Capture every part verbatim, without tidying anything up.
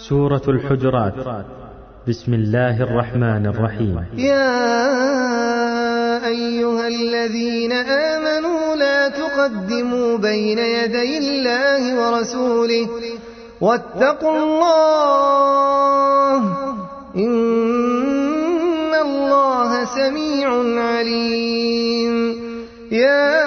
سورة الحجرات. بسم الله الرحمن الرحيم. يا أيها الذين آمنوا لا تقدموا بين يدي الله ورسوله واتقوا الله إن الله سميع عليم. يا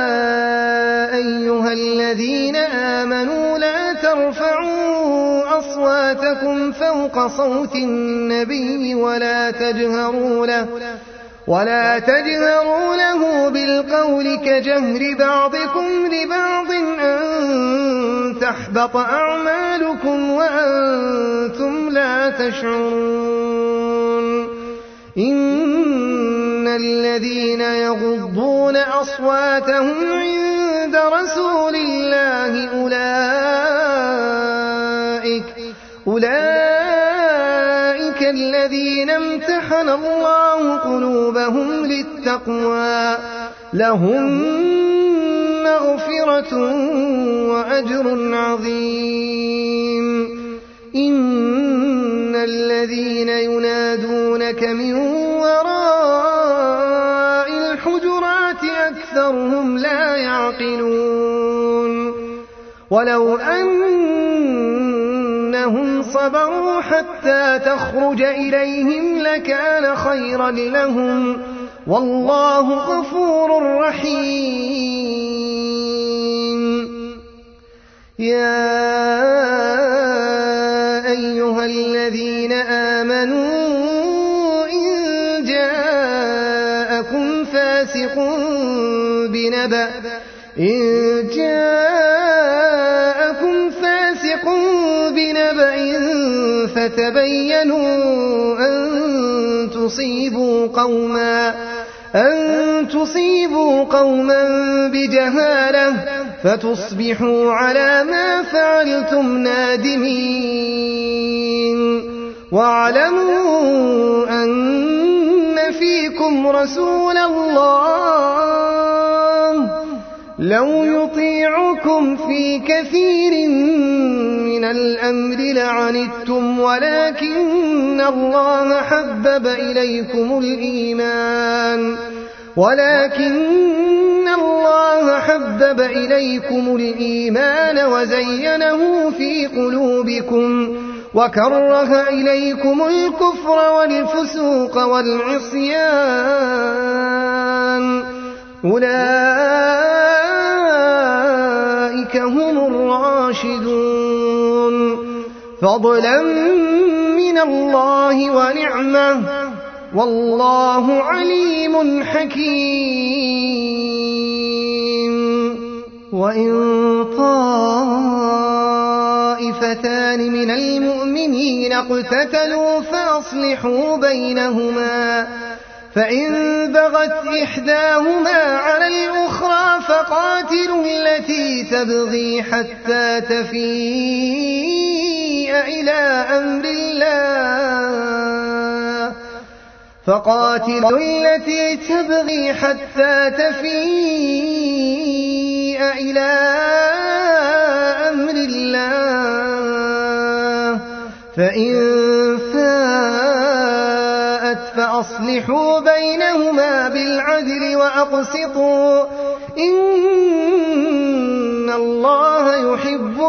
أيها الذين آمنوا لا ترفعوا أصواتكم فوق صوت النبي ولا تجهروا له ولا تجهروا له بالقول كجهر بعضكم لبعض أن تحبط أعمالكم وأنتم لا تشعرون. إن الذين يغضون أصواتهم عند رسول الله أولئك أولئك الذين امتحن الله قلوبهم للتقوى لهم مغفرة وأجر عظيم. إن الذين ينادونك من وراء الحجرات أكثرهم لا يعقلون. ولو أنهم صبروا حتى تخرج إليهم لكان خيرا لهم والله غفور رحيم. يا أيها الذين آمنوا إن جاءكم فاسق بنبأ إن جاءكم فاسق بنبأ فتبينوا أن تصيبوا قوما أن تصيبوا قوما بجهالة فتصبحوا على ما فعلتم نادمين. واعلموا أن فيكم رسول الله لو يطيعكم في كثير من الأمر لعنتم ولكن الله حبب إليكم الإيمان ولكن الله حبب إليكم الإيمان وزينه في قلوبكم وكره إليكم الكفر والفسوق والعصيان أولئك هم الراشدون فضلا من الله ونعمة والله عليم حكيم. وإن طائفتان من المؤمنين اقتتلوا فأصلحوا بينهما فإن بغت إحداهما على الأخرى فقاتلوا التي تبغي حتى تفيء إلى أمر الله فقاتلوا التي تبغي حتى تفيء إلى أمر الله فإن فاءت فأصلحوا بينهما بالعدل وأقسطوا إن الله يحب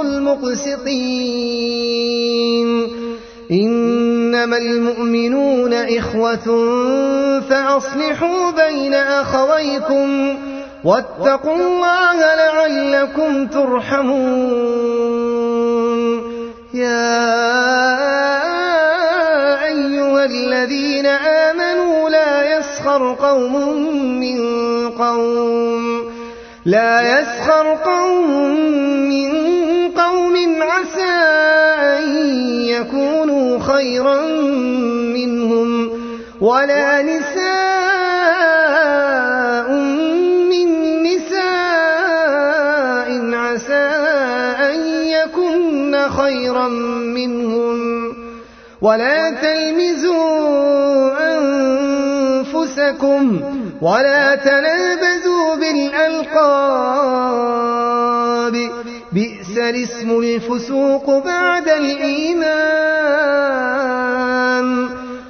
المقسطين. إنما المؤمنون إخوة فأصلحوا بين أخويكم واتقوا الله لعلكم ترحمون. يا أيها الذين آمنوا لا يسخر قوم من قوم لا يسخر قوم من قوم عسى أن يكونوا خيرا منهم ولا نساء من نساء عسى أن يكن خيرا منهم ولا تلمزوا أنفسكم ولا تنابزوا بالألقاب بئس الاسم الفسوق بعد الإيمان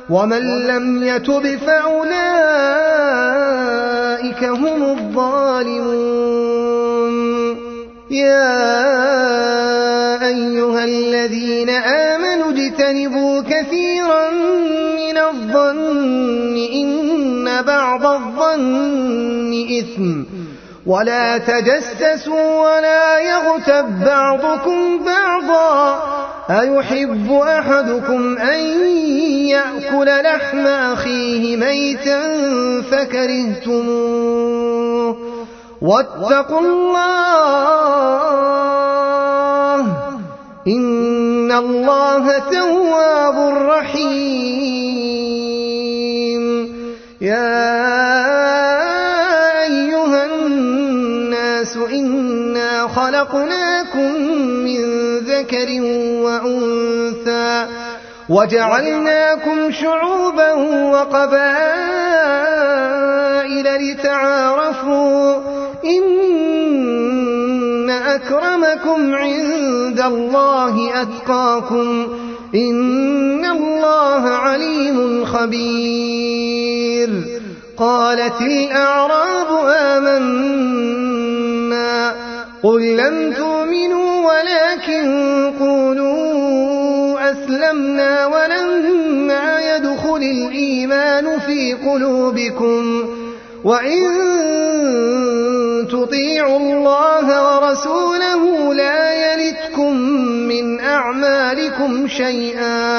ومن لم يتب فأولئك هم الظالمون. يا أيها الذين آمنوا اجتنبوا كثيرا من الظن إن بعض الظن إثم ولا تجسسوا ولا يغتب بعضكم بعضا أيحب أحدكم أن يأكل لحم أخيه ميتا فكرهتموه واتقوا الله إن الله تواب رحيم. يا أيها الناس إنا خلقناكم من ذكر وأنثى وجعلناكم شعوبا وقبائل لتعارفوا إن أكرمكم عند الله أتقاكم إن الله عليم خبير. قالت الأعراب آمنا قل لم تؤمنوا ولكن قولوا أسلمنا ولما يدخل الإيمان في قلوبكم وإن تطيعوا الله ورسوله لا يلتكم من أعمالكم شيئا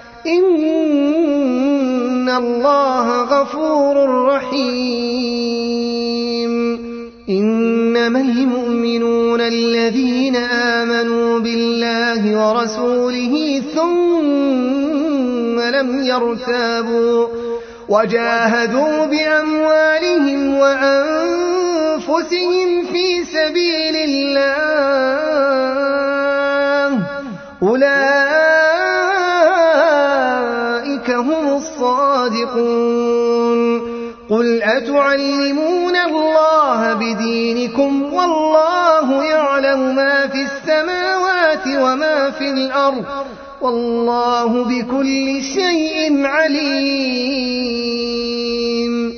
إن الله غفور رحيم. إنما المؤمنون الذين آمنوا بالله ورسوله ثم لم يرتابوا وجاهدوا بأموالهم وأنفسهم في سبيل الله أولئك هم الصادقون. قل أتعلمون الله بدينكم والله يعلم ما في السماوات وما في الأرض والله بكل شيء عليم.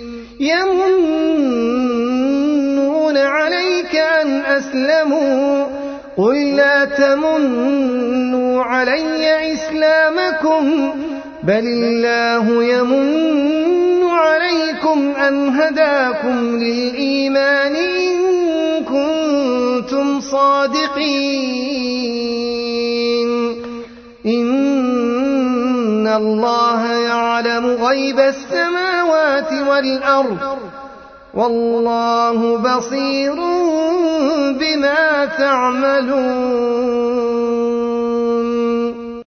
يمنون عليك أن أسلموا قل لا تمنوا علي إسلامكم بل الله يمن عليكم أن هداكم للإيمان إن كنتم صادقين. إن الله يعلم غيب السماوات والأرض والله بصير بما تعملون.